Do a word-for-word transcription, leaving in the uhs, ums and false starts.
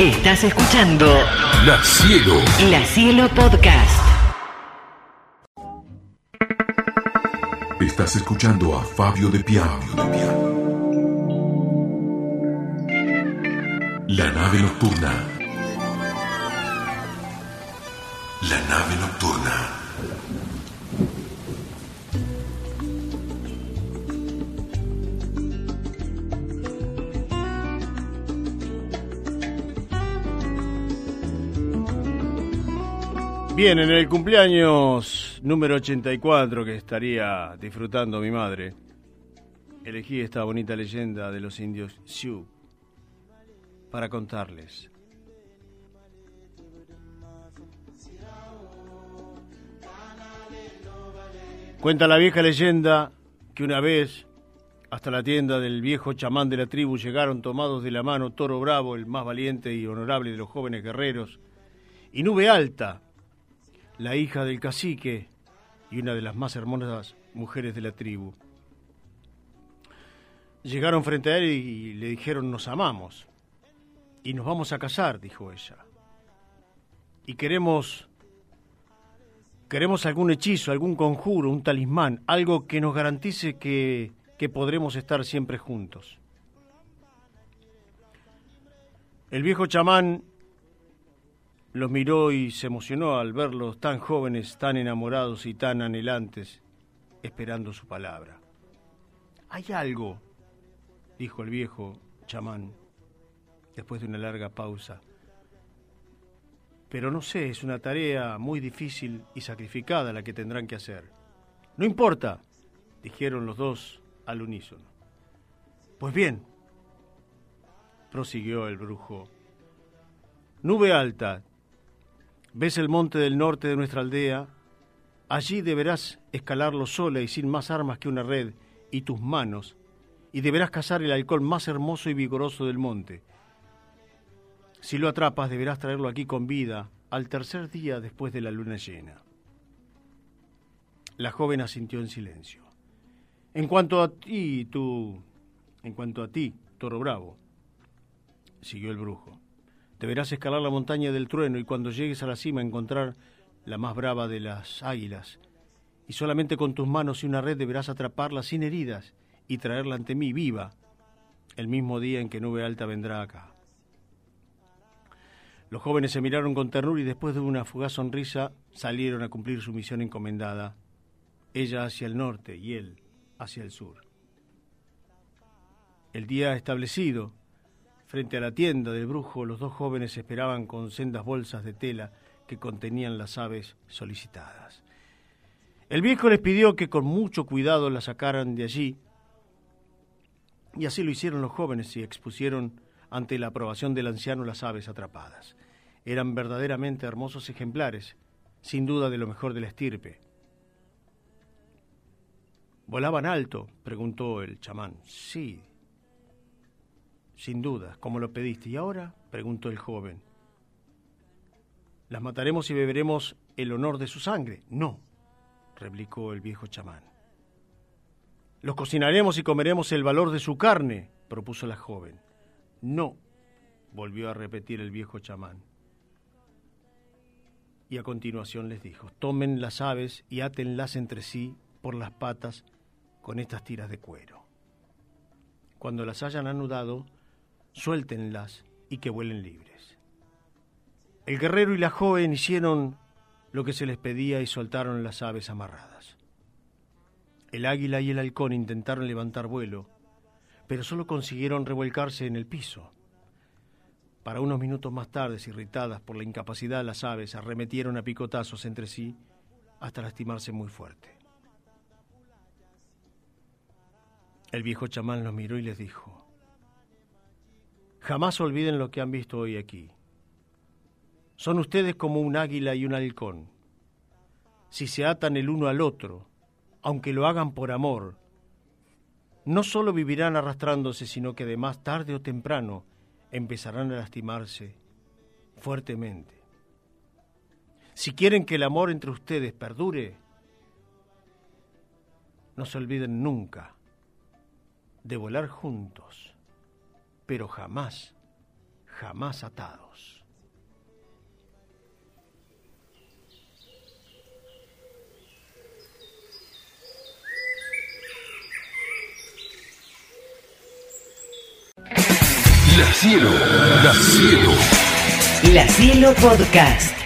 Estás escuchando La Cielo. La Cielo Podcast. Estás escuchando a Fabio De Piano. La nave nocturna. La nave nocturna. Bien, en el cumpleaños número ochenta y cuatro que estaría disfrutando mi madre, elegí esta bonita leyenda de los indios Sioux para contarles. Cuenta la vieja leyenda que una vez hasta la tienda del viejo chamán de la tribu llegaron tomados de la mano Toro Bravo, el más valiente y honorable de los jóvenes guerreros, y Nube Alta, la hija del cacique y una de las más hermosas mujeres de la tribu. Llegaron frente a él y le dijeron: nos amamos y nos vamos a casar, dijo ella. Y queremos, queremos algún hechizo, algún conjuro, un talismán, algo que nos garantice que, que podremos estar siempre juntos. El viejo chamán los miró y se emocionó al verlos tan jóvenes, tan enamorados y tan anhelantes, esperando su palabra. Hay algo, dijo el viejo chamán, después de una larga pausa. Pero no sé, es una tarea muy difícil y sacrificada la que tendrán que hacer. No importa, dijeron los dos al unísono. Pues bien, prosiguió el brujo. Nube Alta, ¿ves el monte del norte de nuestra aldea? Allí deberás escalarlo sola y sin más armas que una red y tus manos, y deberás cazar el halcón más hermoso y vigoroso del monte. Si lo atrapas, deberás traerlo aquí con vida al tercer día después de la luna llena. La joven asintió en silencio. En cuanto a ti, tú, en cuanto a ti, Toro Bravo, siguió el brujo, deberás escalar la montaña del trueno y cuando llegues a la cima encontrar la más brava de las águilas. Y solamente con tus manos y una red deberás atraparla sin heridas y traerla ante mí viva el mismo día en que Nube Alta vendrá acá. Los jóvenes se miraron con ternura y después de una fugaz sonrisa salieron a cumplir su misión encomendada, ella hacia el norte y él hacia el sur. El día establecido, frente a la tienda del brujo, los dos jóvenes esperaban con sendas bolsas de tela que contenían las aves solicitadas. El viejo les pidió que con mucho cuidado las sacaran de allí, y así lo hicieron los jóvenes y expusieron ante la aprobación del anciano las aves atrapadas. Eran verdaderamente hermosos ejemplares, sin duda de lo mejor de la estirpe. ¿Volaban alto?, preguntó el chamán. Sí, sin duda, como lo pediste. ¿Y ahora?, preguntó el joven. ¿Las mataremos y beberemos el honor de su sangre? No, replicó el viejo chamán. Los cocinaremos y comeremos el valor de su carne, propuso la joven. No, volvió a repetir el viejo chamán. Y a continuación les dijo: tomen las aves y átenlas entre sí por las patas con estas tiras de cuero. Cuando las hayan anudado, suéltenlas y que vuelen libres. El guerrero y la joven hicieron lo que se les pedía y soltaron las aves amarradas. El águila y el halcón intentaron levantar vuelo, pero solo consiguieron revolcarse en el piso. Para unos minutos más tarde, irritadas por la incapacidad, las aves arremetieron a picotazos entre sí hasta lastimarse muy fuerte. El viejo chamán los miró y les dijo: jamás olviden lo que han visto hoy aquí. Son ustedes como un águila y un halcón. Si se atan el uno al otro, aunque lo hagan por amor, no solo vivirán arrastrándose, sino que además tarde o temprano empezarán a lastimarse fuertemente. Si quieren que el amor entre ustedes perdure, no se olviden nunca de volar juntos, pero jamás, jamás atados. La Cielo, La Cielo. La Cielo Podcast.